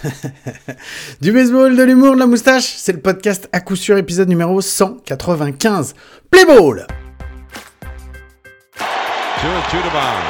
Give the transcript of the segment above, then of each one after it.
Du baseball, de l'humour, de la moustache, c'est le podcast à coup sûr, épisode numéro 195. Play ball! 2-2 to Bonds.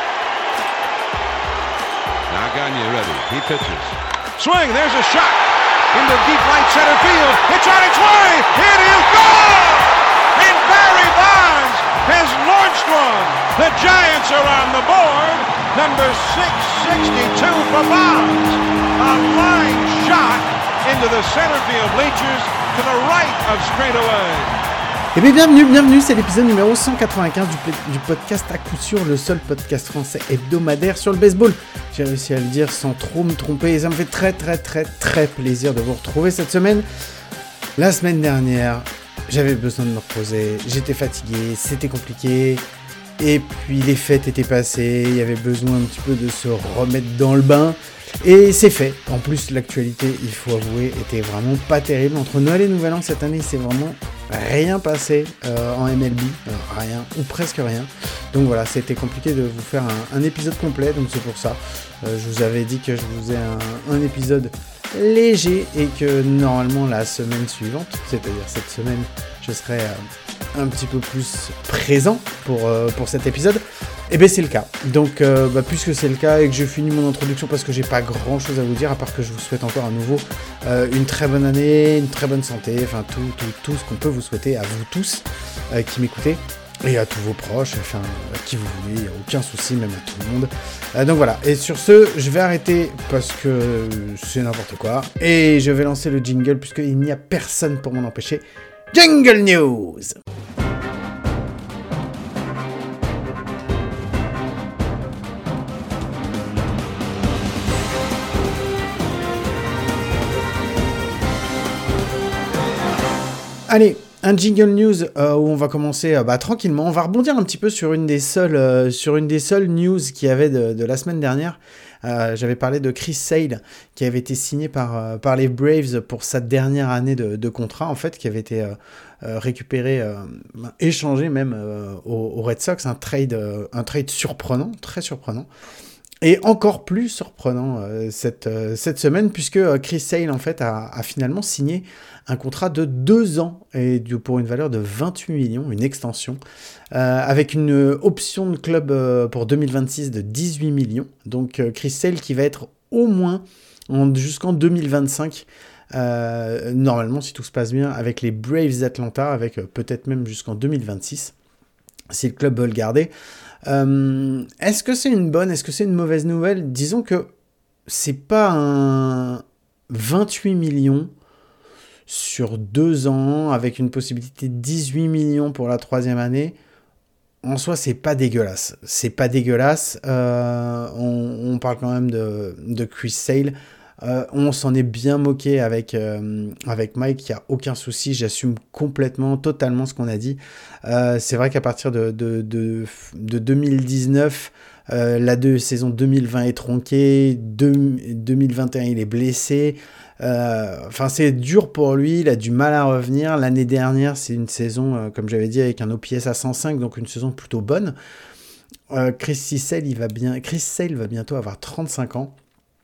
Now Gagne ready. He pitches. Swing, there's a shot. Into deep right center field. It's on its way. It is gone! And Barry Bonds has launched one. The Giants are on the board. Number 662 for Bonds. A line shot into the center field bleachers to the right of straightaway. Eh bien, bienvenue, c'est l'épisode numéro 195 du podcast à coup sûr, le seul podcast français hebdomadaire sur le baseball. J'ai réussi à le dire sans trop me tromper et ça me fait très plaisir de vous retrouver cette semaine. La semaine dernière, j'avais besoin de me reposer, j'étais fatigué, c'était compliqué. Et puis les fêtes étaient passées, il y avait besoin un petit peu de se remettre dans le bain. Et c'est fait. En plus, l'actualité, il faut avouer, était vraiment pas terrible. Entre Noël et Nouvel An, cette année, c'est vraiment rien passé en MLB. Rien, ou presque rien. Donc voilà, c'était compliqué de vous faire un épisode complet, donc c'est pour ça. Je vous avais dit que je vous faisais un épisode léger et que normalement, la semaine suivante, c'est-à-dire cette semaine, je serai un petit peu plus présent pour cet épisode. Et bien c'est le cas, donc puisque c'est le cas et que j'ai fini mon introduction parce que j'ai pas grand chose à vous dire à part que je vous souhaite encore à nouveau une très bonne année, une très bonne santé, enfin tout ce qu'on peut vous souhaiter à vous tous qui m'écoutez et à tous vos proches, enfin à qui vous voulez, il n'y a aucun souci, même à tout le monde. Donc voilà, et sur ce, je vais arrêter parce que c'est n'importe quoi et je vais lancer le jingle puisqu'il n'y a personne pour m'en empêcher. Jingle News! Allez, un jingle news où on va commencer tranquillement. On va rebondir un petit peu sur une des seules news qu'il y avait de la semaine dernière. J'avais parlé de Chris Sale qui avait été signé par les Braves pour sa dernière année de contrat, en fait, qui avait été récupéré, échangé même aux Red Sox. Un trade surprenant, très surprenant. Et encore plus surprenant cette semaine, puisque Chris Sale, en fait, a finalement signé un contrat de 2 ans et pour une valeur de 28 millions, une extension, avec une option de club pour 2026 de 18 millions. Donc Chris Sale qui va être au moins jusqu'en 2025, normalement si tout se passe bien, avec les Braves d'Atlanta, avec peut-être même jusqu'en 2026, si le club veut le garder. Est-ce que c'est une bonne, est-ce que c'est une mauvaise nouvelle ? Disons que c'est pas un 28 millions sur 2 ans, avec une possibilité de 18 millions pour la 3e année. En soi, c'est pas dégueulasse. C'est pas dégueulasse. On parle quand même de Chris Sale. On s'en est bien moqué avec Mike, il n'y a aucun souci, j'assume complètement, totalement ce qu'on a dit. C'est vrai qu'à partir de 2019, la saison 2020 est tronquée, 2021 il est blessé. C'est dur pour lui, il a du mal à revenir. L'année dernière, c'est une saison, comme j'avais dit, avec un OPS à 105, donc une saison plutôt bonne. Chris Sale va bientôt avoir 35 ans.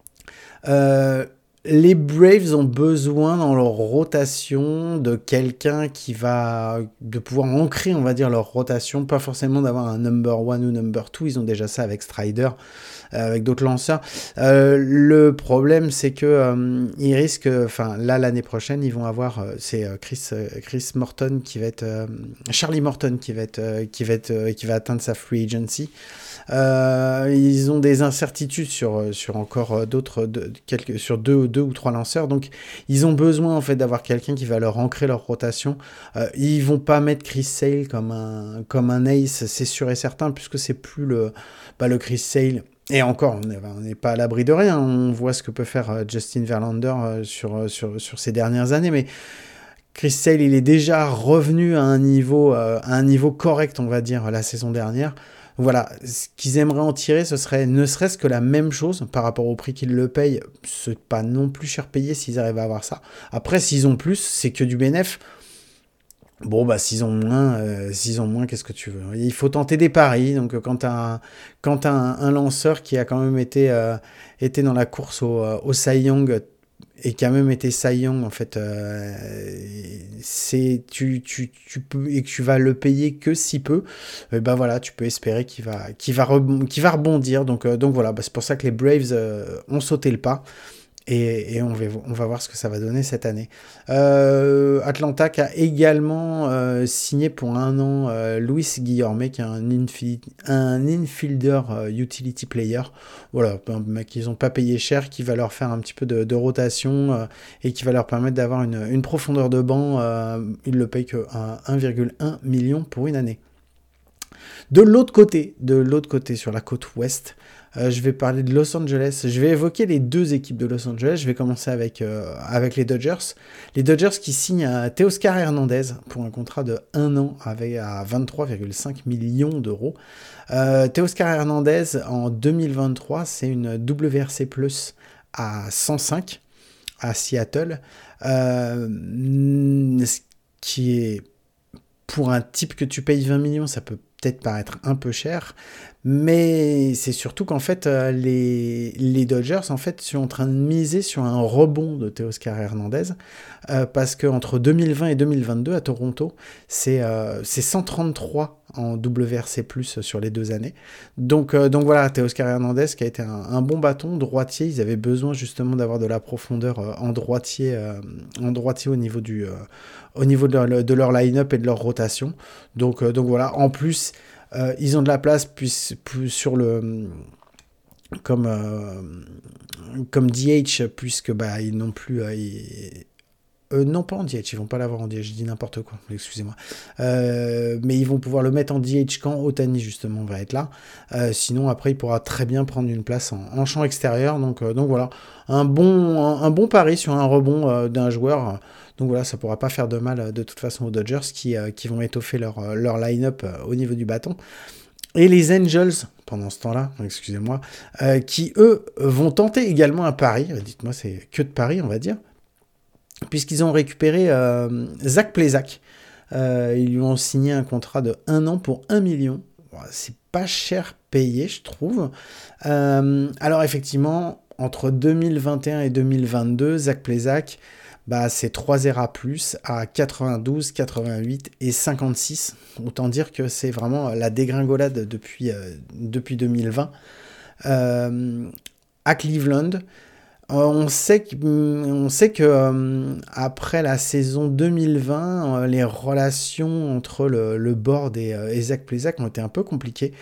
Les Braves ont besoin dans leur rotation de quelqu'un de pouvoir ancrer, on va dire, leur rotation, pas forcément d'avoir un number 1 ou number 2, ils ont déjà ça avec Strider, avec d'autres lanceurs. Le problème, c'est que ils risquent, l'année prochaine, ils vont avoir, Chris Morton qui va être, Charlie Morton qui va atteindre sa free agency. Ils ont des incertitudes sur encore sur deux ou trois lanceurs, donc ils ont besoin en fait d'avoir quelqu'un qui va leur ancrer leur rotation. Ils vont pas mettre Chris Sale comme un ace, c'est sûr et certain, puisque c'est plus le Chris Sale. Et encore, on n'est pas à l'abri de rien. On voit ce que peut faire Justin Verlander sur ces dernières années, mais Chris Sale, il est déjà revenu à un niveau correct, on va dire, la saison dernière. Voilà, ce qu'ils aimeraient en tirer, ce serait ne serait-ce que la même chose par rapport au prix qu'ils le payent. C'est pas non plus cher payé s'ils arrivent à avoir ça. Après, s'ils ont plus, c'est que du bénéf. Bon, bah, s'ils ont moins, qu'est-ce que tu veux? Il faut tenter des paris. Donc, quand t'as un lanceur qui a quand même été dans la course au Cy Young et qui a même été Cy Young, en fait, tu peux, et que tu vas le payer que si peu, bah voilà, tu peux espérer qu'il va rebondir. Donc voilà, bah, c'est pour ça que les Braves ont sauté le pas. Et on va voir ce que ça va donner cette année. Atlanta qui a également signé pour un an Luis Guillorme, qui est un infielder utility player. Voilà, un mec qu'ils n'ont pas payé cher, qui va leur faire un petit peu de rotation et qui va leur permettre d'avoir une profondeur de banc. Ils le payent que 1,1 million pour une année. De l'autre côté, sur la côte ouest, je vais parler de Los Angeles. Je vais évoquer les deux équipes de Los Angeles. Je vais commencer avec les Dodgers. Les Dodgers qui signent à Teoscar Hernandez pour un contrat de 1 an à 23,5 millions d'euros. Teoscar Hernandez, en 2023, c'est une WRC+, à 105 à Seattle. Ce qui est, pour un type que tu payes 20 millions, ça peut peut-être paraître un peu cher, mais c'est surtout qu'en fait, les Dodgers en fait, sont en train de miser sur un rebond de Teoscar Hernandez, parce qu'entre 2020 et 2022, à Toronto, c'est 133 en WRC+, sur les 2 années. Donc voilà, Teoscar Hernandez qui a été un bon bâton, droitier. Ils avaient besoin justement d'avoir de la profondeur en droitier au niveau de leur line-up et de leur rotation. Donc voilà, en plus, ils ont de la place plus sur le comme DH, puisque bah ils n'ont plus non, pas en DH, ils vont pas l'avoir en DH, je dis n'importe quoi, excusez-moi. Mais ils vont pouvoir le mettre en DH quand Ohtani justement va être là. Sinon après il pourra très bien prendre une place en champ extérieur. Donc voilà, un bon pari sur un rebond d'un joueur. Donc voilà, ça pourra pas faire de mal de toute façon aux Dodgers qui vont étoffer leur line-up au niveau du bâton. Et les Angels, pendant ce temps-là, excusez-moi, qui eux vont tenter également un pari. Dites-moi, c'est que de paris, on va dire. Puisqu'ils ont récupéré Zach Plesac. Ils lui ont signé un contrat de 1 an pour 1 million. C'est pas cher payé, je trouve. Alors effectivement, entre 2021 et 2022, Zach Plesac, bah, c'est 3 ERA+, à 92, 88 et 56. Autant dire que c'est vraiment la dégringolade depuis 2020. À Cleveland, on sait que après la saison 2020, les relations entre le board et Zach Plesac ont été un peu compliquées.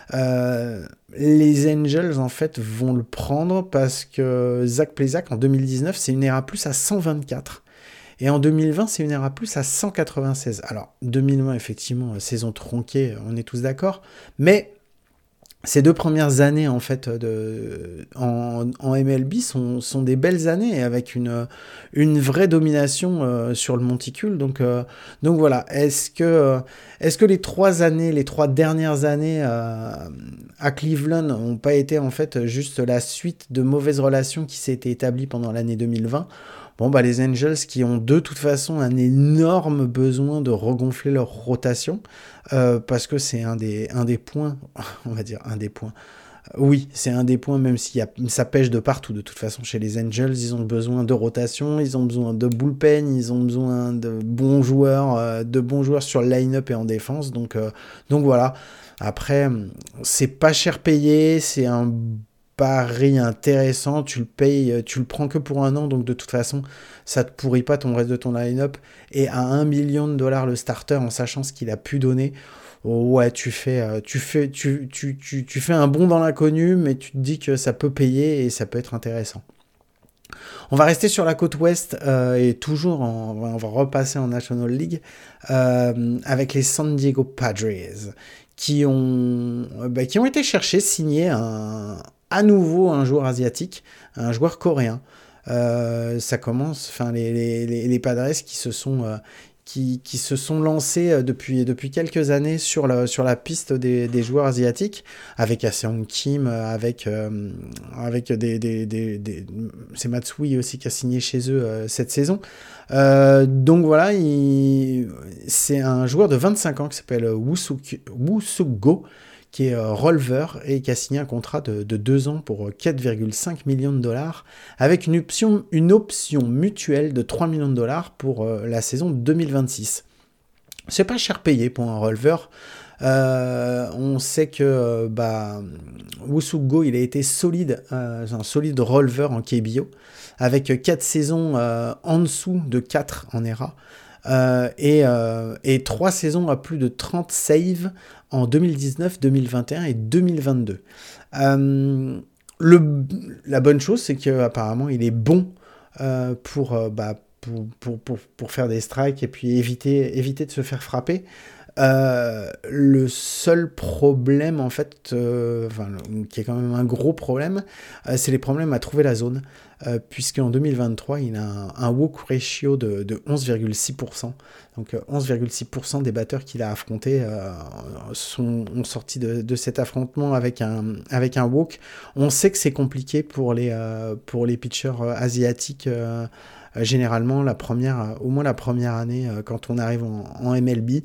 Les Angels en fait vont le prendre parce que Zach Plesac en 2019 c'est une ERA+ à 124 et en 2020 c'est une ERA+ à 196. Alors 2020 effectivement saison tronquée, on est tous d'accord, mais ces 2 premières années en fait en MLB sont des belles années avec une vraie domination sur le monticule. Donc voilà, est-ce que les 3 dernières années à Cleveland n'ont pas été en fait juste la suite de mauvaises relations qui s'étaient établies pendant l'année 2020? Bon, bah, les Angels qui ont de toute façon un énorme besoin de regonfler leur rotation, parce que c'est un des points, on va dire un des points. Oui, c'est un des points, même ça pêche de partout. De toute façon, chez les Angels, ils ont besoin de rotation, ils ont besoin de bullpen, ils ont besoin de bons joueurs sur le line-up et en défense. Donc voilà. Après, c'est pas cher payé, c'est un pari intéressant, tu le payes, tu le prends que pour 1 an, donc de toute façon, ça te pourrit pas ton reste de ton line-up. Et à 1 million de dollars le starter, en sachant ce qu'il a pu donner, ouais, tu fais un bond dans l'inconnu, mais tu te dis que ça peut payer et ça peut être intéressant. On va rester sur la côte ouest et toujours, on va repasser en National League avec les San Diego Padres qui ont été chercher, signer à nouveau un joueur asiatique, un joueur coréen. Ça commence, enfin les Padres qui qui se sont lancés depuis quelques années sur la piste des joueurs asiatiques, avec Aseong Kim, avec c'est Matsui aussi qui a signé chez eux cette saison. Donc voilà, c'est un joueur de 25 ans qui s'appelle Woo Suk-go, qui est Rolver et qui a signé un contrat de 2 ans pour 4,5 millions de dollars avec une option mutuelle de 3 millions de dollars pour la saison 2026. C'est pas cher payé pour un Rolver. On sait que Woo Suk-go, il a été solide, un solide Rolver en KBO avec 4 saisons en dessous de 4 en ERA. Et 3 saisons à plus de 30 saves en 2019, 2021 et 2022. La bonne chose, c'est qu'apparemment, il est bon pour faire des strikes et puis éviter de se faire frapper. Le seul problème, en fait, qui est quand même un gros problème, c'est les problèmes à trouver la zone, puisqu'en 2023, il a un walk ratio de 11,6%. Donc 11,6% des batteurs qu'il a affrontés ont sorti de cet affrontement avec un walk. On sait que c'est compliqué pour les pitchers asiatiques. Généralement, au moins la première année, quand on arrive en MLB.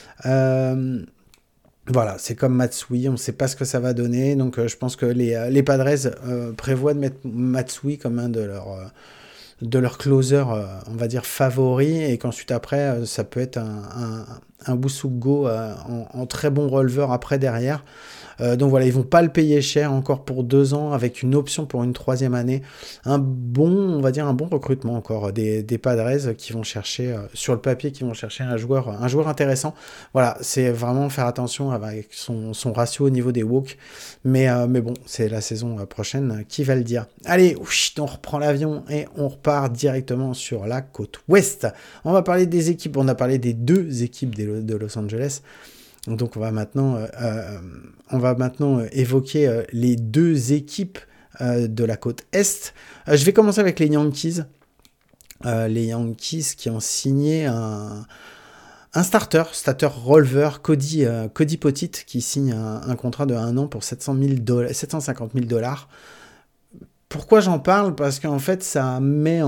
Voilà, c'est comme Matsui, on ne sait pas ce que ça va donner, donc je pense que les Padres prévoient de mettre Matsui comme un de leurs closers, on va dire, favoris, et qu'ensuite après, ça peut être un Woo Suk-go en très bon releveur après derrière. Donc voilà, ils vont pas le payer cher encore pour 2 ans avec une option pour une 3e année. On va dire un bon recrutement encore des Padres qui vont chercher sur le papier, qui vont chercher un joueur intéressant. Voilà, c'est vraiment faire attention avec son ratio au niveau des walks. Mais bon, c'est la saison prochaine qui va le dire. Allez, on reprend l'avion et on repart directement sur la côte ouest. On va parler des équipes. On a parlé des 2 équipes de Los Angeles. Donc on va maintenant évoquer les 2 équipes de la côte Est. Je vais commencer avec les Yankees. Les Yankees qui ont signé un starter reliever, Cody Pottit, qui signe un contrat de 1 an pour 750 000 $. Pourquoi j'en parle ? Parce qu'en fait, ça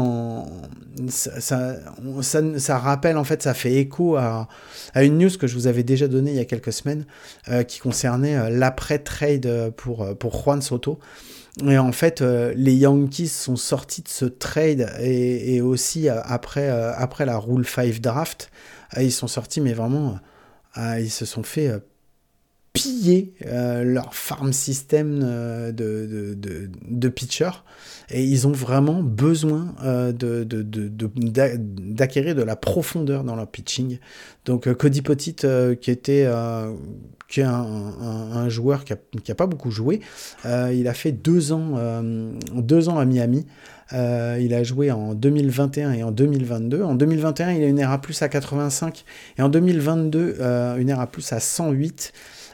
rappelle, en fait, ça fait écho à une news que je vous avais déjà donnée il y a quelques semaines, qui concernait l'après-trade pour Juan Soto. Et en fait, les Yankees sont sortis de ce trade et aussi après la Rule 5 draft, ils sont sortis, mais vraiment, ils se sont fait piller leur farm system de pitchers, et ils ont vraiment besoin d'acquérir de la profondeur dans leur pitching. Donc Cody Pottit, qui est un joueur qui a pas beaucoup joué, il a fait 2 ans à Miami. Il a joué en 2021 et en 2022. En 2021, il a une ERA+ à 85 et en 2022, une ERA+ à 108.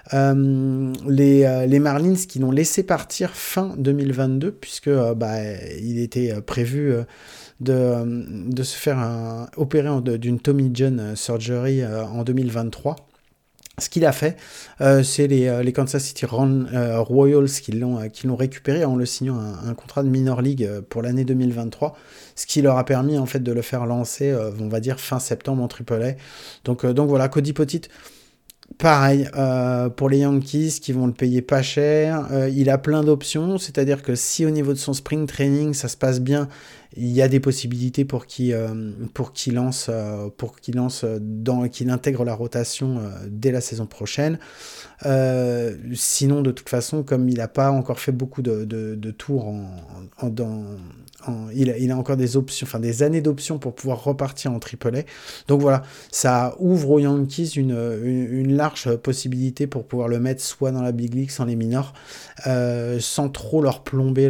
Les Marlins qui l'ont laissé partir fin 2022, puisque il était prévu de se faire opérer d'une Tommy John surgery en 2023. Ce qu'il a fait, c'est les Kansas City Royals qui l'ont récupéré en le signant un contrat de minor league pour l'année 2023, ce qui leur a permis en fait de le faire lancer, on va dire fin septembre en AAA. Donc voilà, Cody Pottit. Pareil, pour les Yankees qui vont le payer pas cher, il a plein d'options, c'est-à-dire que si au niveau de son spring training ça se passe bien, il y a des possibilités pour qu'il intègre la rotation dès la saison prochaine. Sinon, de toute façon, comme il n'a pas encore fait beaucoup de tours il a encore des options, enfin des années d'options pour pouvoir repartir en AAA. Donc voilà, ça ouvre aux Yankees une large possibilité pour pouvoir le mettre soit dans la Big League, sans les minors, sans trop leur plomber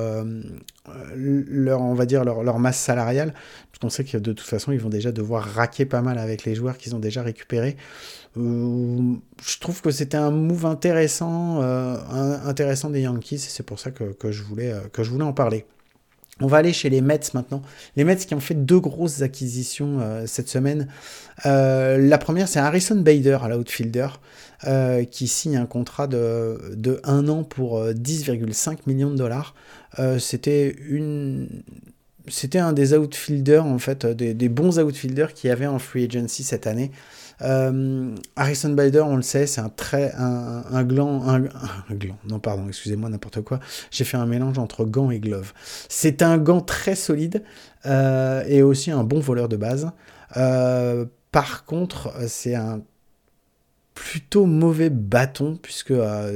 leur masse salariale, parce qu'on sait que de toute façon ils vont déjà devoir raquer pas mal avec les joueurs qu'ils ont déjà récupérés. Je trouve que c'était un move intéressant des Yankees, et c'est pour ça que je voulais en parler. On va aller chez les Mets maintenant. Les Mets qui ont fait 2 grosses acquisitions cette semaine. La première, c'est Harrison Bader à l'outfielder, qui signe un contrat de 1 an pour 10,5 millions de dollars. C'était un des outfielders, en fait, des bons outfielders qu'il y avait en free agency cette année. Harrison Bader, on le sait, c'est un gland, non pardon, excusez-moi, n'importe quoi, j'ai fait un mélange entre gant et glove. C'est un gant très solide et aussi un bon voleur de base. Par contre, c'est un plutôt mauvais bâton puisque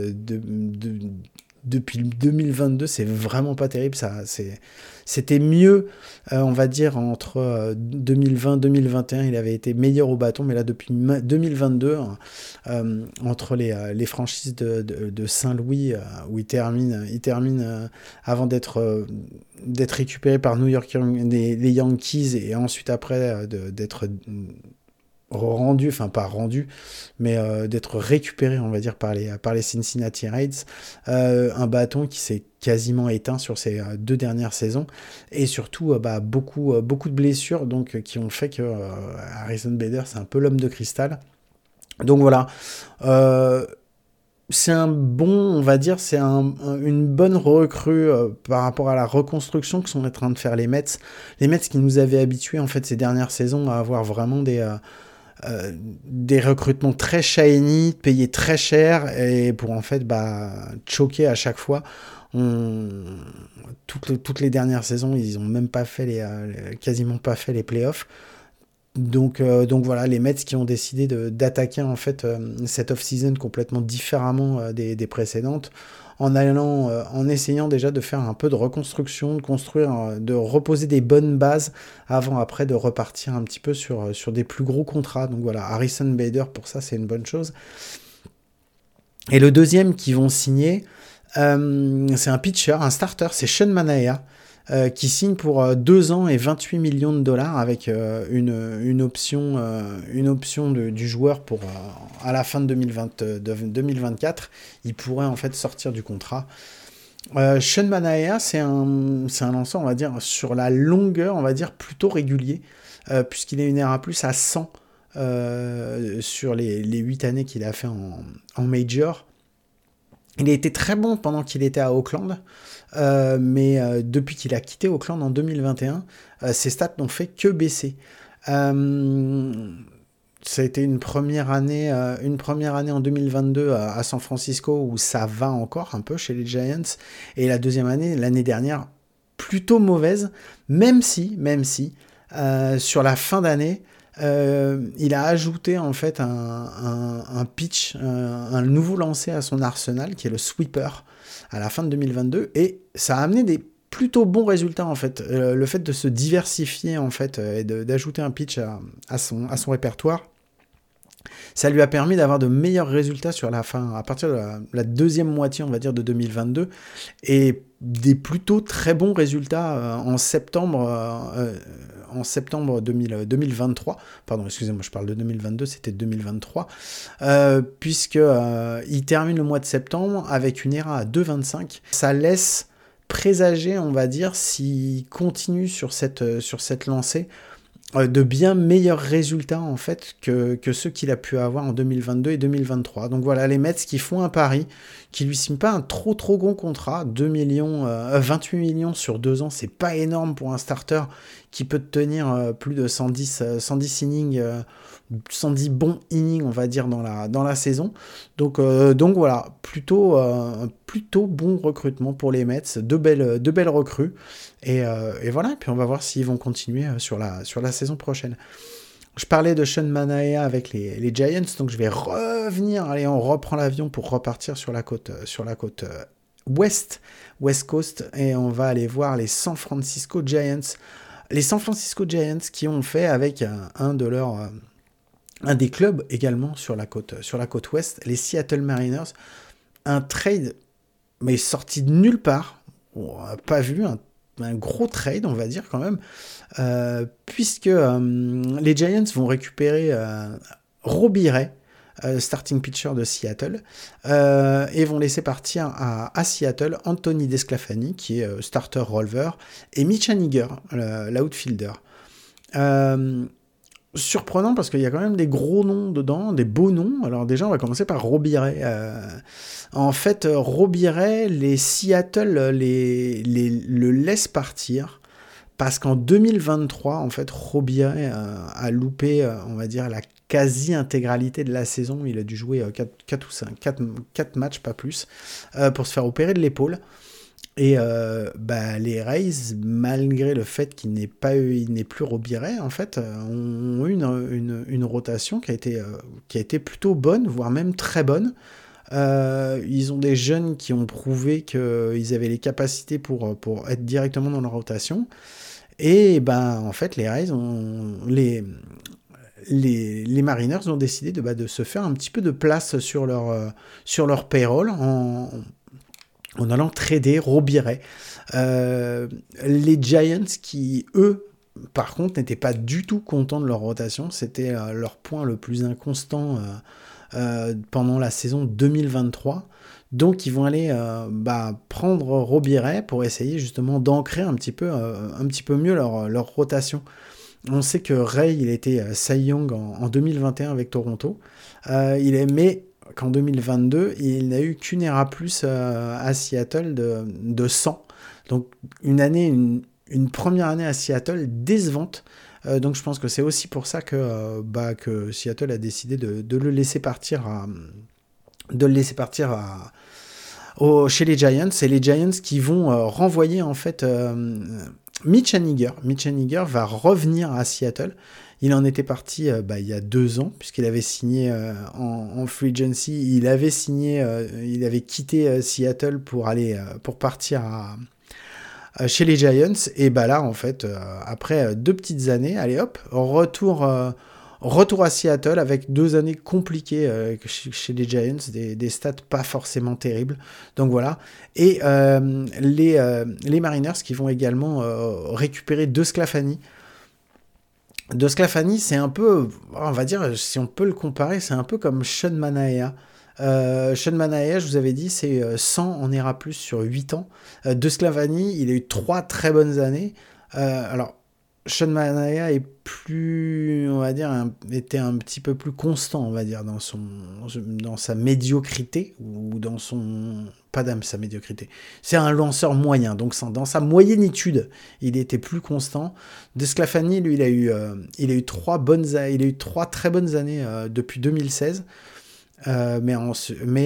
depuis 2022, c'est vraiment pas terrible. C'était mieux, on va dire, entre 2020 et 2021, il avait été meilleur au bâton, mais là, depuis 2022, entre les franchises de Saint-Louis, où il termine avant d'être récupéré par New York, les Yankees, et ensuite après d'être rendu, enfin pas rendu, mais d'être récupéré, on va dire, par les Cincinnati Reds. Un bâton qui s'est quasiment éteint sur ces 2 dernières saisons, et surtout beaucoup de blessures, donc qui ont fait que Harrison Bader, c'est un peu l'homme de cristal. Donc voilà, c'est un bon, on va dire, c'est une bonne recrue par rapport à la reconstruction que sont en train de faire les Mets. Les Mets qui nous avaient habitués, en fait, ces dernières saisons à avoir vraiment des recrutements très shiny, payés très cher, et pour en fait choquer à chaque fois. Toutes les dernières saisons, ils ont même pas fait quasiment pas fait les playoffs. Donc voilà, les Mets qui ont décidé d'attaquer en fait cette off-season complètement différemment des précédentes, en essayant déjà de faire un peu de reconstruction, de reposer des bonnes bases avant après de repartir un petit peu sur des plus gros contrats. Donc voilà, Harrison Bader, pour ça, c'est une bonne chose. Et le deuxième qu'ils vont signer, c'est un pitcher, un starter, c'est Sean Manaea, qui signe pour 2 ans et 28 millions de dollars avec une option du joueur pour à la fin de 2024. Il pourrait en fait sortir du contrat. Sean Manaea, c'est un lanceur, on va dire, sur la longueur, on va dire, plutôt régulier, puisqu'il a une ERA+ à 100 sur les 8 années qu'il a fait en major. Il a été très bon pendant qu'il était à Oakland, mais depuis qu'il a quitté Oakland en 2021, ses stats n'ont fait que baisser. Ça a été une première année en 2022 à San Francisco où ça va encore un peu chez les Giants, et la deuxième année, l'année dernière, plutôt mauvaise, même si sur la fin d'année, il a ajouté en fait un pitch, un nouveau lancer à son arsenal qui est le sweeper à la fin de 2022, et ça a amené des plutôt bons résultats en fait. Le fait de se diversifier en fait et d'ajouter un pitch à son répertoire, ça lui a permis d'avoir de meilleurs résultats sur la fin, à partir de la deuxième moitié, on va dire, de 2022, et des plutôt très bons résultats en septembre 2023. Pardon, excusez-moi, je parle de 2022, c'était 2023, puisque il termine le mois de septembre avec une ERA à 2,25. Ça laisse présager, on va dire, s'il continue sur cette lancée, de bien meilleurs résultats en fait que ceux qu'il a pu avoir en 2022 et 2023. Donc voilà, les Mets qui font un pari, qui lui signent pas un trop gros contrat, 28 millions sur 2 ans, c'est pas énorme pour un starter qui peut tenir plus de 110 innings, 110 bons innings, on va dire, dans la saison. Donc voilà, plutôt bon recrutement pour les Mets, de belles recrues, et voilà. Et puis on va voir s'ils vont continuer sur la saison prochaine. Je parlais de Sean Manaea avec les Giants, donc je vais revenir. Allez, on reprend l'avion pour repartir sur la côte West Coast, et on va aller voir les San Francisco Giants. Les San Francisco Giants qui ont fait avec un des clubs également sur la côte ouest, les Seattle Mariners, un trade mais sorti de nulle part. On n'a pas vu un gros trade, on va dire quand même, puisque les Giants vont récupérer Robbie Ray, starting pitcher de Seattle, et vont laisser partir à Seattle Anthony Desclafani, qui est starter reliever, et Mitch Haniger, l'outfielder. Surprenant parce qu'il y a quand même des gros noms dedans, des beaux noms. Alors déjà, on va commencer par Robbie Ray. En fait, Robbie Ray, les Seattle le laissent partir parce qu'en 2023, en fait, Robbie Ray a loupé, on va dire, la quasi-intégralité de la saison. Il a dû jouer 4 matchs, pas plus, pour se faire opérer de l'épaule. Et les Rays, malgré le fait qu'il n'ait plus Robbie Ray, en fait, ont eu une rotation qui a été plutôt bonne, voire même très bonne. Ils ont des jeunes qui ont prouvé qu'ils avaient les capacités pour être directement dans leur rotation. Et en fait, les Rays les Mariners ont décidé de se faire un petit peu de place sur leur payroll en allant trader Robbie Ray. Les Giants qui, eux, par contre, n'étaient pas du tout contents de leur rotation. C'était leur point le plus inconstant pendant la saison 2023. Donc, ils vont aller prendre Robbie Ray pour essayer justement d'ancrer un petit peu mieux leur rotation. On sait que Ray, il était Cy Young en 2021 avec Toronto. Mais qu'en 2022, il n'a eu qu'une ERA+ à Seattle de 100. Donc une première année à Seattle décevante. Donc je pense que c'est aussi pour ça que Seattle a décidé de le laisser partir chez les Giants. Et les Giants qui vont renvoyer en fait Mitch Haniger. Mitch Haniger va revenir à Seattle. Il en était parti il y a 2 ans, puisqu'il avait signé en free agency. Il avait quitté Seattle pour partir chez les Giants. Et là, en fait, après 2 petites années, allez hop, retour à Seattle avec 2 années compliquées chez les Giants, des stats pas forcément terribles. Donc voilà. Et les Mariners qui vont également récupérer Desclafani. Desclafani, c'est un peu, on va dire, si on peut le comparer, c'est un peu comme Sean Manaea. Sean Manaea, je vous avais dit, c'est 100 en ERA+ sur 8 ans. Desclafani, il a eu 3 très bonnes années. Alors, Sean Manaea est plus, on va dire, était un petit peu plus constant, on va dire, dans sa médiocrité, ou dans son... Pas dans sa médiocrité. C'est un lanceur moyen, donc dans sa moyennitude, il était plus constant. Desclafani, lui, il a eu 3 très bonnes années depuis 2016. Mais en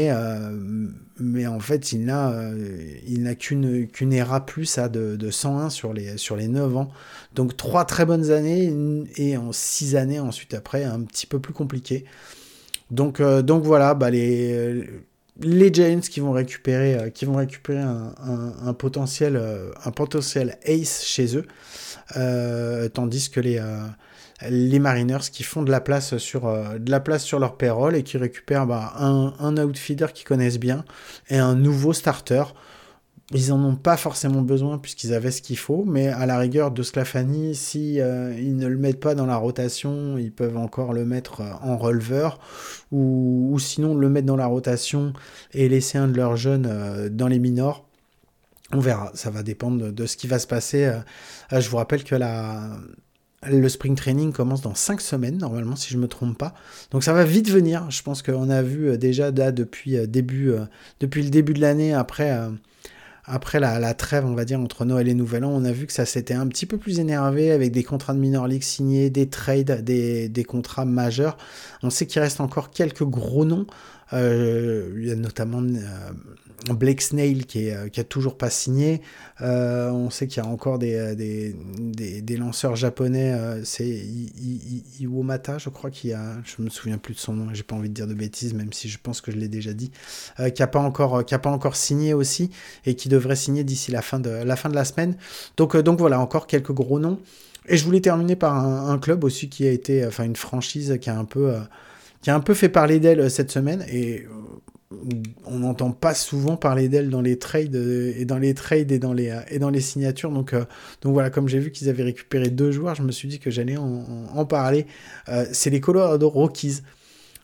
fait, il n'a qu'une ERA+ de 101 sur les 9 ans. Donc 3 très bonnes années, et en 6 années ensuite après, un petit peu plus compliqué. Donc voilà, les Giants qui vont récupérer un potentiel ace chez eux, tandis que les Mariners qui font de la place sur leur payroll et qui récupèrent un outfielder qu'ils connaissent bien et un nouveau starter. Ils en ont pas forcément besoin puisqu'ils avaient ce qu'il faut, mais à la rigueur, Desclafani, si ils ne le mettent pas dans la rotation, ils peuvent encore le mettre en releveur, ou sinon le mettre dans la rotation et laisser un de leurs jeunes dans les minors. On verra, ça va dépendre de ce qui va se passer. Je vous rappelle que le spring training commence dans 5 semaines, normalement, si je ne me trompe pas. Donc ça va vite venir. Je pense qu'on a vu déjà depuis le début de l'année, après la trêve, on va dire, entre Noël et Nouvel An, on a vu que ça s'était un petit peu plus énervé avec des contrats de minor league signés, des trades, des contrats majeurs. On sait qu'il reste encore quelques gros noms. Il y a notamment Blake Snell qui a toujours pas signé. On sait qu'il y a encore des lanceurs japonais. C'est Iwamata, je crois, je me souviens plus de son nom. J'ai pas envie de dire de bêtises, même si je pense que je l'ai déjà dit. Qui a pas encore signé aussi, et qui devrait signer d'ici la fin de la semaine. Donc voilà, encore quelques gros noms. Et je voulais terminer par un club aussi qui a été, une franchise qui a un peu fait parler d'elle cette semaine, et on n'entend pas souvent parler d'elle dans les trades et dans les signatures. Donc voilà, comme j'ai vu qu'ils avaient récupéré 2 joueurs, je me suis dit que j'allais en parler. C'est les Colorado Rockies.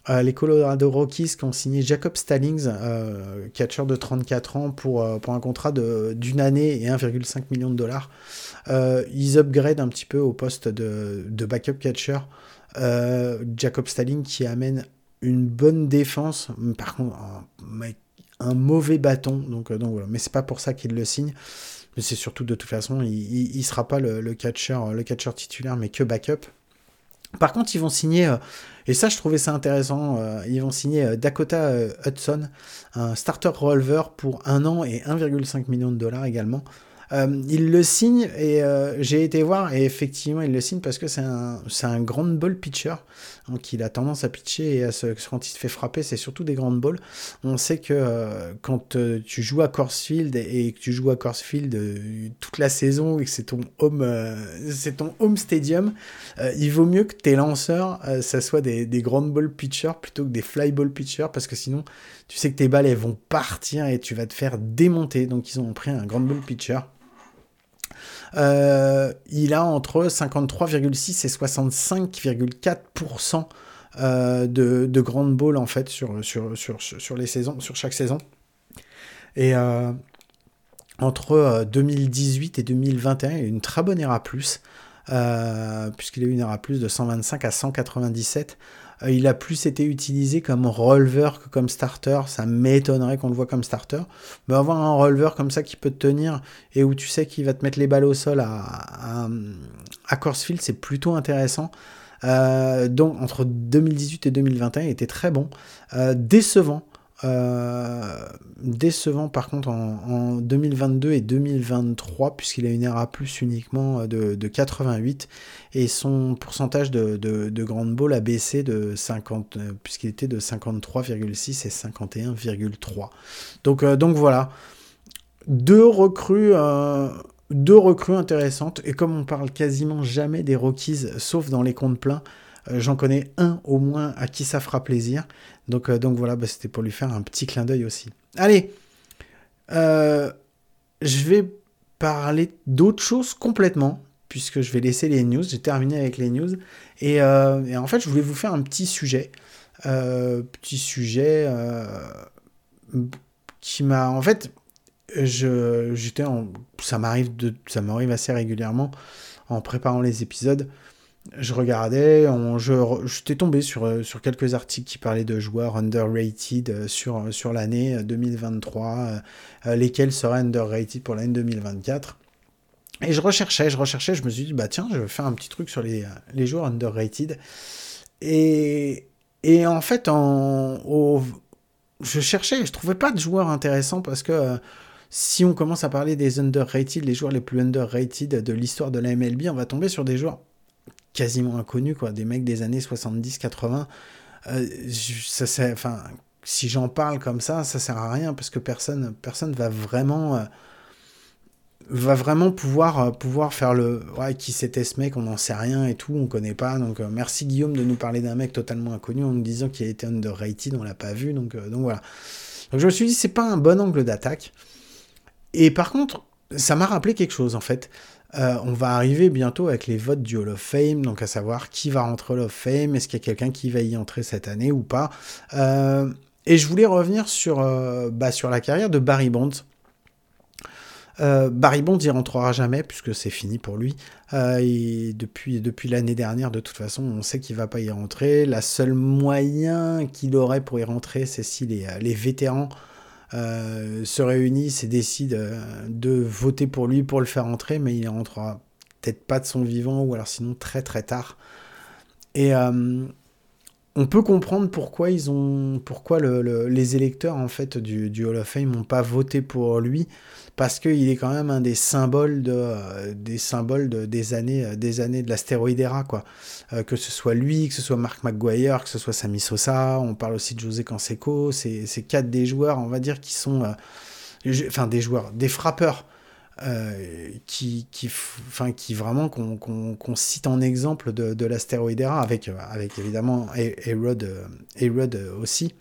les Colorado Rockies qui ont signé Jacob Stallings, catcheur de 34 ans, pour un contrat d'une année et 1,5 million de dollars. Ils upgradent un petit peu au poste de backup catcher. Jacob Stallings qui amène une bonne défense, par contre un mauvais bâton, donc voilà. Mais c'est pas pour ça qu'il le signe. Mais c'est surtout, de toute façon, il sera pas le catcher titulaire, mais que backup. Par contre, ils vont signer, et ça je trouvais ça intéressant, ils vont signer Dakota Hudson, un starter reliever pour 1 an et 1,5 million de dollars également. Il le signe et j'ai été voir et effectivement il le signe parce que c'est un grand ball pitcher, donc il a tendance à pitcher et quand il se fait frapper c'est surtout des grandes balls. On sait que quand tu joues à Coors Field et que tu joues à Coors Field toute la saison et que c'est ton home stadium, il vaut mieux que tes lanceurs ça soit des grandes ball pitchers plutôt que des fly ball pitchers, parce que sinon tu sais que tes balles elles vont partir et tu vas te faire démonter. Donc ils ont pris un grand ball pitcher. Il a entre 53,6 et 65,4% de grand ball en fait sur les saisons, sur chaque saison. Et entre 2018 et 2021, il a eu une très bonne ERA+, puisqu'il a eu une ERA+ de 125 à 197. Il a plus été utilisé comme reliever que comme starter. Ça m'étonnerait qu'on le voit comme starter. Mais avoir un reliever comme ça qui peut te tenir et où tu sais qu'il va te mettre les balles au sol à Coors Field, c'est plutôt intéressant. Donc entre 2018 et 2021, il était très bon. Décevant par contre en 2022 et 2023, puisqu'il a une ERA+ uniquement de 88 et son pourcentage de grand ball a baissé de 50, puisqu'il était de 53,6 et 51,3. Donc voilà, deux recrues intéressantes. Et comme on parle quasiment jamais des Rockies sauf dans les comptes pleins, j'en connais un au moins à qui ça fera plaisir. Donc voilà, c'était pour lui faire un petit clin d'œil aussi. Allez, je vais parler d'autre chose complètement, puisque je vais laisser les news. J'ai terminé avec les news. Et en fait, je voulais vous faire un petit sujet. Qui m'a... En fait, ça m'arrive assez régulièrement en préparant les épisodes. Je regardais, j'étais tombé sur quelques articles qui parlaient de joueurs underrated sur l'année 2023, lesquels seraient underrated pour l'année 2024. Et je recherchais, je me suis dit, bah tiens, je vais faire un petit truc sur les joueurs underrated. Et en fait, je cherchais, je trouvais pas de joueurs intéressants parce que si on commence à parler des underrated, les joueurs les plus underrated de l'histoire de la MLB, on va tomber sur des joueurs quasiment inconnus, quoi, des mecs des années 70-80. Si j'en parle comme ça sert à rien parce que personne va vraiment pouvoir faire qui c'était ce mec, on n'en sait rien et tout, on connaît pas. Donc merci Guillaume de nous parler d'un mec totalement inconnu en nous disant qu'il a été underrated, on l'a pas vu, donc voilà. Donc je me suis dit c'est pas un bon angle d'attaque. Et par contre, ça m'a rappelé quelque chose en fait. On va arriver bientôt avec les votes du Hall of Fame, donc à savoir qui va rentrer au Hall of Fame, est-ce qu'il y a quelqu'un qui va y entrer cette année ou pas. Et je voulais revenir sur la carrière de Barry Bonds. Barry Bonds y rentrera jamais puisque c'est fini pour lui. Et depuis l'année dernière, de toute façon, on sait qu'il va pas y rentrer. La seule moyen qu'il aurait pour y rentrer, c'est si les vétérans se réunissent et décident de voter pour lui pour le faire entrer, mais il rentrera peut-être pas de son vivant ou alors sinon très très tard. Et on peut comprendre pourquoi les électeurs en fait du Hall of Fame n'ont pas voté pour lui, parce qu'il est quand même un des symboles des années de la stéroïde era, quoi. Que ce soit lui, que ce soit Mark McGwire, que ce soit Sammy Sosa, on parle aussi de José Canseco, c'est 4 des joueurs, on va dire, qui sont des frappeurs qui vraiment qu'on cite en exemple de la stéroïde era, avec évidemment A-Rod aussi,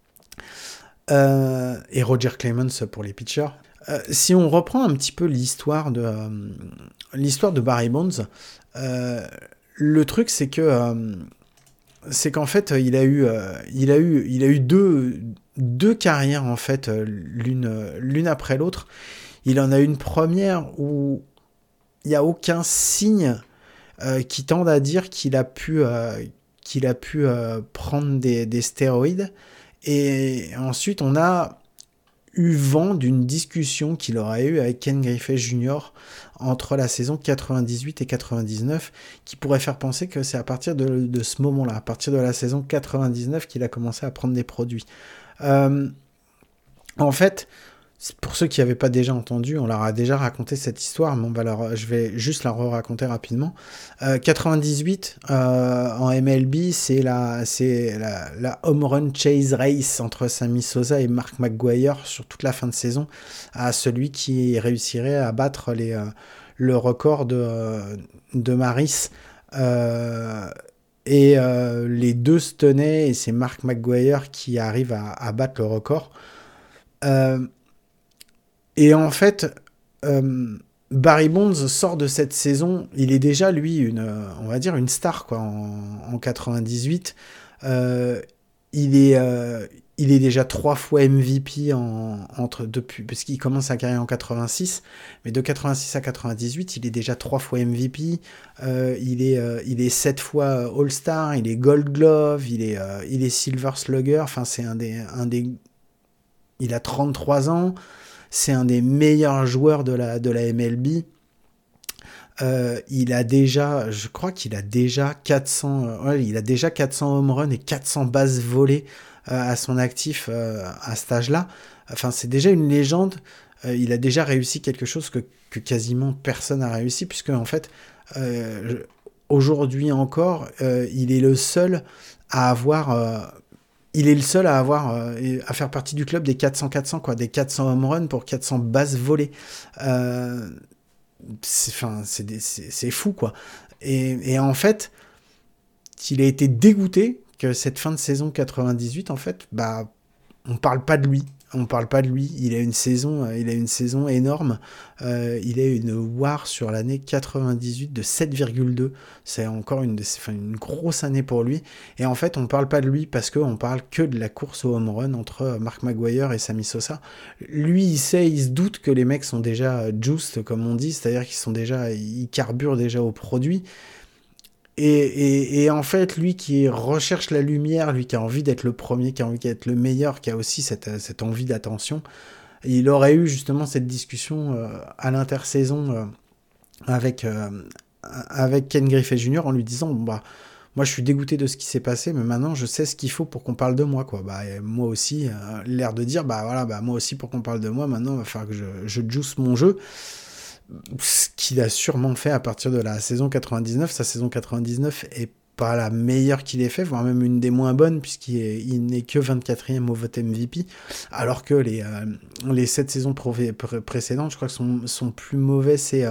et Roger Clemens pour les pitchers. Si on reprend un petit peu l'histoire de Barry Bonds, le truc c'est que c'est qu'en fait, il a eu deux carrières, en fait, l'une après l'autre. Il en a une première où il n'y a aucun signe qui tende à dire qu'il a pu prendre des stéroïdes. Et ensuite, on a eu vent d'une discussion qu'il aurait eue avec Ken Griffey Jr. entre la saison 98 et 99, qui pourrait faire penser que c'est à partir de ce moment-là, à partir de la saison 99, qu'il a commencé à prendre des produits. En fait, pour ceux qui n'avaient pas déjà entendu, on leur a déjà raconté cette histoire, mais je vais juste la raconter rapidement. 98 en MLB, c'est la home run chase race entre Sammy Sosa et Mark McGwire sur toute la fin de saison, à celui qui réussirait à battre le record de Maris. Les deux se tenaient et c'est Mark McGwire qui arrive à battre le record. Et en fait, Barry Bonds sort de cette saison, il est déjà, lui, on va dire une star, quoi, en 98. Il est déjà 3 fois MVP depuis, parce qu'il commence sa carrière en 86, mais de 86 à 98, il est déjà 3 fois MVP. Il est 7 fois All-Star, il est Gold Glove, il est Silver Slugger. Enfin, c'est il a 33 ans. C'est un des meilleurs joueurs de la MLB. Je crois qu'il a déjà 400 home runs et 400 bases volées à son actif à cet âge-là. Enfin, c'est déjà une légende. Il a déjà réussi quelque chose que quasiment personne n'a réussi, puisque en fait, aujourd'hui encore, il est le seul à avoir... à faire partie du club des 400-400, quoi, des 400 home runs pour 400 bases volées. C'est fou, quoi. Et en fait, il a été dégoûté que cette fin de saison 98, en fait, on parle pas de lui. On parle pas de lui. Il a une saison énorme. Il a une WAR sur l'année 98 de 7,2. C'est encore une grosse année pour lui. Et en fait, on parle pas de lui parce qu'on parle que de la course au home run entre Mark McGwire et Sammy Sosa. Lui, il se doute que les mecs sont déjà juiced, comme on dit, c'est-à-dire ils carburent déjà au produit. Et en fait, lui qui recherche la lumière, lui qui a envie d'être le premier, qui a envie d'être le meilleur, qui a aussi cette envie d'attention, il aurait eu justement cette discussion à l'intersaison avec Ken Griffey Jr. en lui disant moi je suis dégoûté de ce qui s'est passé, mais maintenant je sais ce qu'il faut pour qu'on parle de moi, quoi. Moi aussi, l'air de dire moi aussi pour qu'on parle de moi, maintenant il va falloir que je juice mon jeu. Ce qu'il a sûrement fait à partir de la saison 99. Sa saison 99 est pas la meilleure qu'il ait fait, voire même une des moins bonnes, puisqu'il n'est que 24e au vote MVP, alors que les 7 saisons précédentes, je crois que son plus mauvais, c'est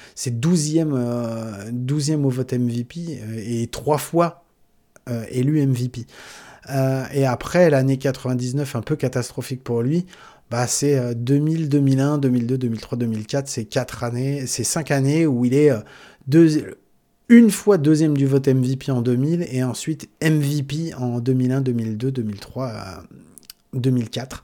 12e au vote MVP, et 3 fois élu MVP. Et après, l'année 99, un peu catastrophique pour lui, c'est 2000, 2001, 2002, 2003, 2004, c'est 5 années où il est une fois deuxième du vote MVP en 2000 et ensuite MVP en 2001, 2002, 2003, 2004.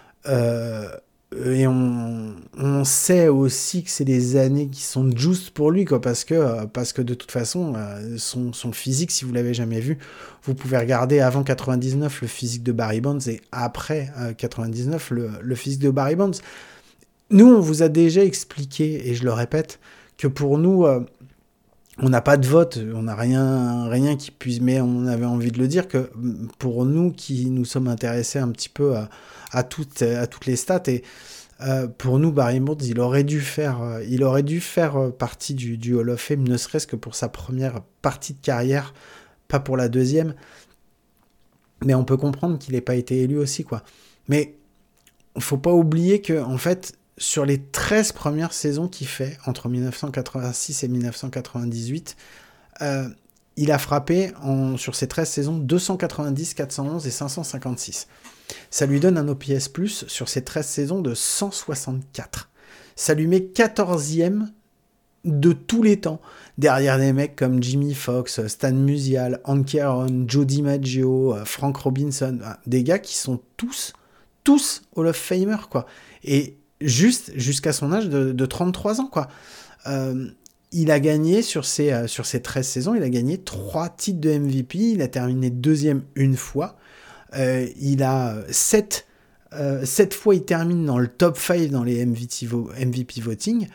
Et on sait aussi que c'est des années qui sont justes pour lui, quoi, parce que de toute façon, son physique, si vous l'avez jamais vu, vous pouvez regarder avant 99 le physique de Barry Bonds et après 99 le physique de Barry Bonds. Nous, on vous a déjà expliqué, et je le répète, que pour nous, on n'a pas de vote, on n'a rien qui puisse, mais on avait envie de le dire, que pour nous qui nous sommes intéressés un petit peu à toutes les stats, et pour nous, Barry Bonds, il aurait dû faire partie du Hall of Fame, ne serait-ce que pour sa première partie de carrière, pas pour la deuxième, mais on peut comprendre qu'il n'ait pas été élu aussi, quoi. Mais il ne faut pas oublier que, en fait, sur les 13 premières saisons qu'il fait, entre 1986 et 1998, il a frappé, sur ces 13 saisons, 290, 411 et 556. Ça lui donne un OPS+, sur ces 13 saisons, de 164. Ça lui met 14e de tous les temps, derrière des mecs comme Jimmy Fox, Stan Musial, Hank Aaron, Joe DiMaggio, Frank Robinson, des gars qui sont tous Hall of Famer, quoi. Et juste jusqu'à son âge de 33 ans, quoi. Il a gagné sur ses 13 saisons, il a gagné 3 titres de MVP, il a terminé deuxième une fois, il a 7 fois il termine dans le top 5 dans les MVP voting.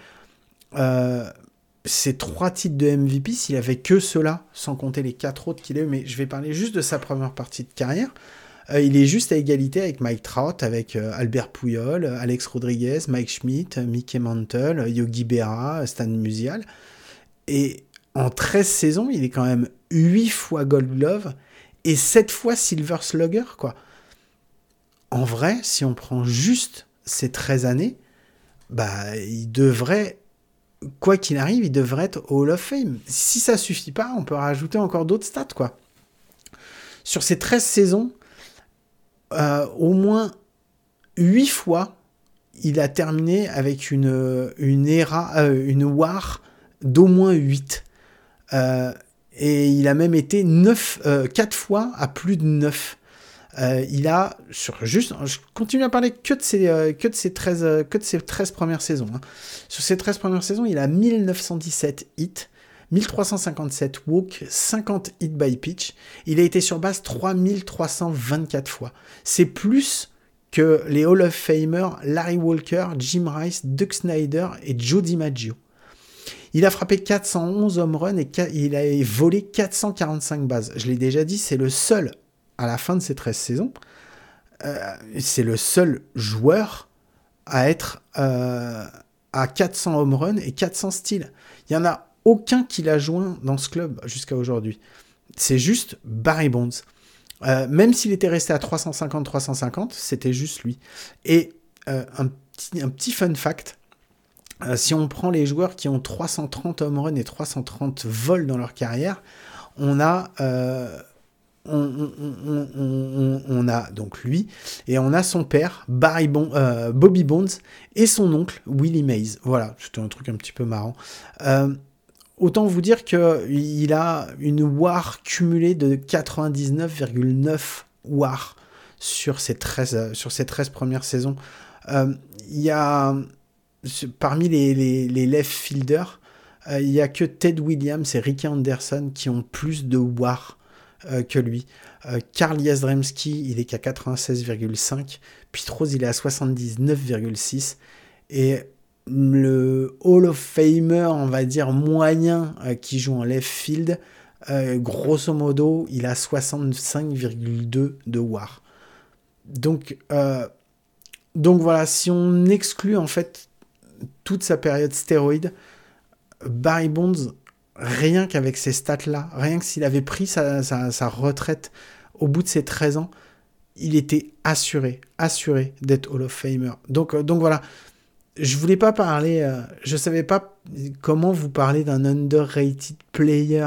Ces 3 titres de MVP, s'il avait que cela, sans compter les 4 autres qu'il a eu, mais je vais parler juste de sa première partie de carrière, il est juste à égalité avec Mike Trout, avec Albert Puyol, Alex Rodriguez, Mike Schmidt, Mickey Mantle, Yogi Berra, Stan Musial. Et en 13 saisons, il est quand même 8 fois Gold Glove et 7 fois Silver Slugger, quoi. En vrai, si on prend juste ces 13 années, bah, il devrait, quoi qu'il arrive, il devrait être Hall of Fame. Si ça suffit pas, on peut rajouter encore d'autres stats, quoi. Sur ces 13 saisons, au moins 8 fois, il a terminé avec une WAR d'au moins 8. Et il a même été 4 fois à plus de 9. Il a, je continue à parler que de ces 13 premières saisons. Hein. Sur ces 13 premières saisons, il a 1917 hits, 1357 walks, 50 hits by pitch. Il a été sur base 3324 fois. C'est plus que les Hall of Famer Larry Walker, Jim Rice, Duck Snyder et Joe DiMaggio. Il a frappé 411 home runs et il a volé 445 bases. Je l'ai déjà dit, c'est le seul, à la fin de ces 13 saisons, c'est le seul joueur à être à 400 home runs et 400 steals. Il n'y en a aucun qui l'a joint dans ce club jusqu'à aujourd'hui. C'est juste Barry Bonds. Même s'il était resté à 350, c'était juste lui. Et un petit fun fact, si on prend les joueurs qui ont 330 home runs et 330 vols dans leur carrière, on a donc lui, et on a son père, Bobby Bonds, et son oncle, Willie Mays. Voilà, c'était un truc un petit peu marrant. Autant vous dire qu'il a une WAR cumulée de 99,9 WAR sur ces 13 premières saisons. Il y a, parmi les left fielders, il n'y a que Ted Williams et Rickey Anderson qui ont plus de WAR que lui. Carl Yastrzemski, il est qu'à 96,5. Pete Rose, il est à 79,6. Et le Hall of Famer, on va dire moyen, qui joue en left field, grosso modo, il a 65,2 de WAR. Donc voilà, si on exclut en fait toute sa période stéroïde, Barry Bonds, rien qu'avec ces stats-là, rien que s'il avait pris sa retraite au bout de ses 13 ans, il était assuré d'être Hall of Famer. Donc voilà, je voulais pas parler, je savais pas comment vous parler d'un underrated player,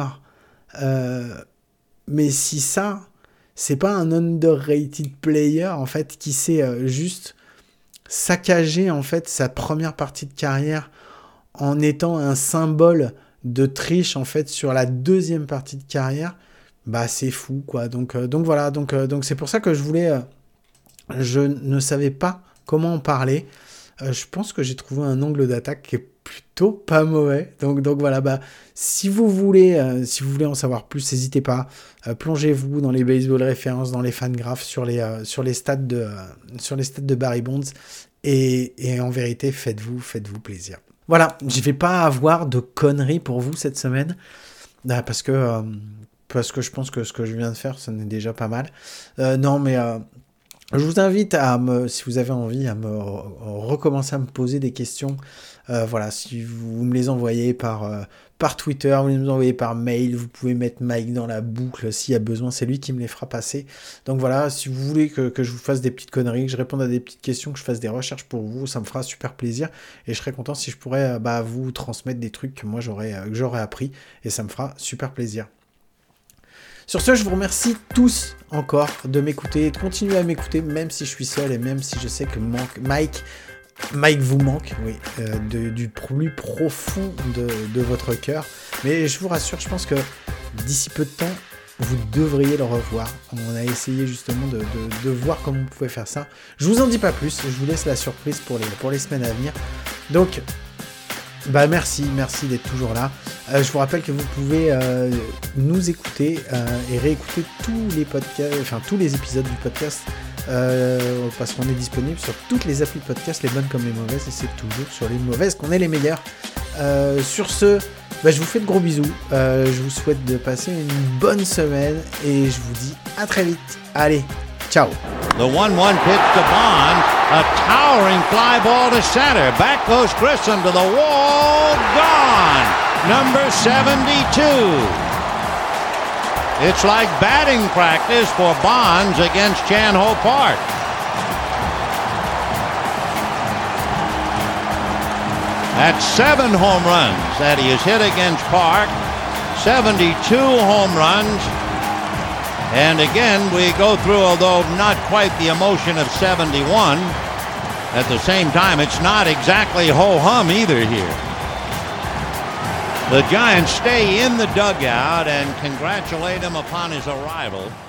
mais si ça, c'est pas un underrated player en fait qui s'est juste saccagé en fait sa première partie de carrière en étant un symbole de triche en fait sur la deuxième partie de carrière, bah c'est fou quoi. Donc voilà, donc c'est pour ça que je ne savais pas comment en parler. Je pense que j'ai trouvé un angle d'attaque qui est plutôt pas mauvais. Donc voilà, bah si vous voulez en savoir plus, n'hésitez pas. Plongez-vous dans les baseball références, dans les fangraphes, sur les stats de Barry Bonds et en vérité, faites-vous plaisir. Voilà, je vais pas avoir de conneries pour vous cette semaine parce que je pense que ce que je viens de faire, ça n'est déjà pas mal. Non, mais je vous invite si vous avez envie, à me recommencer à me poser des questions. Voilà, si vous me les envoyez par Twitter, vous les envoyez par mail, vous pouvez mettre Mike dans la boucle s'il y a besoin, c'est lui qui me les fera passer. Donc voilà, si vous voulez que je vous fasse des petites conneries, que je réponde à des petites questions, que je fasse des recherches pour vous, ça me fera super plaisir. Et je serais content si je pourrais vous transmettre des trucs que moi j'aurais appris, et ça me fera super plaisir. Sur ce, je vous remercie tous encore de m'écouter, de continuer à m'écouter, même si je suis seul et même si je sais que Mike Mike vous manque, oui, du plus profond de votre cœur. Mais je vous rassure, je pense que d'ici peu de temps, vous devriez le revoir. On a essayé justement de voir comment vous pouvez faire ça. Je vous en dis pas plus, je vous laisse la surprise pour les semaines à venir. Donc, merci d'être toujours là. Je vous rappelle que vous pouvez nous écouter et réécouter tous les podcasts, enfin tous les épisodes du podcast. Parce qu'on est disponible sur toutes les applis de podcast, les bonnes comme les mauvaises, et c'est toujours sur les mauvaises qu'on est les meilleurs. Sur ce, je vous fais de gros bisous, je vous souhaite de passer une bonne semaine et je vous dis à très vite. Allez, ciao. The 1-1 pitch to Bond, a towering fly ball to center. Back goes Grissom to the wall, gone. Number 72. It's like batting practice for Bonds against Chan Ho Park. That's 7 home runs that he has hit against Park. 72 home runs. And again, we go through, although not quite the emotion of 71, at the same time, it's not exactly ho-hum either here. The Giants stay in the dugout and congratulate him upon his arrival.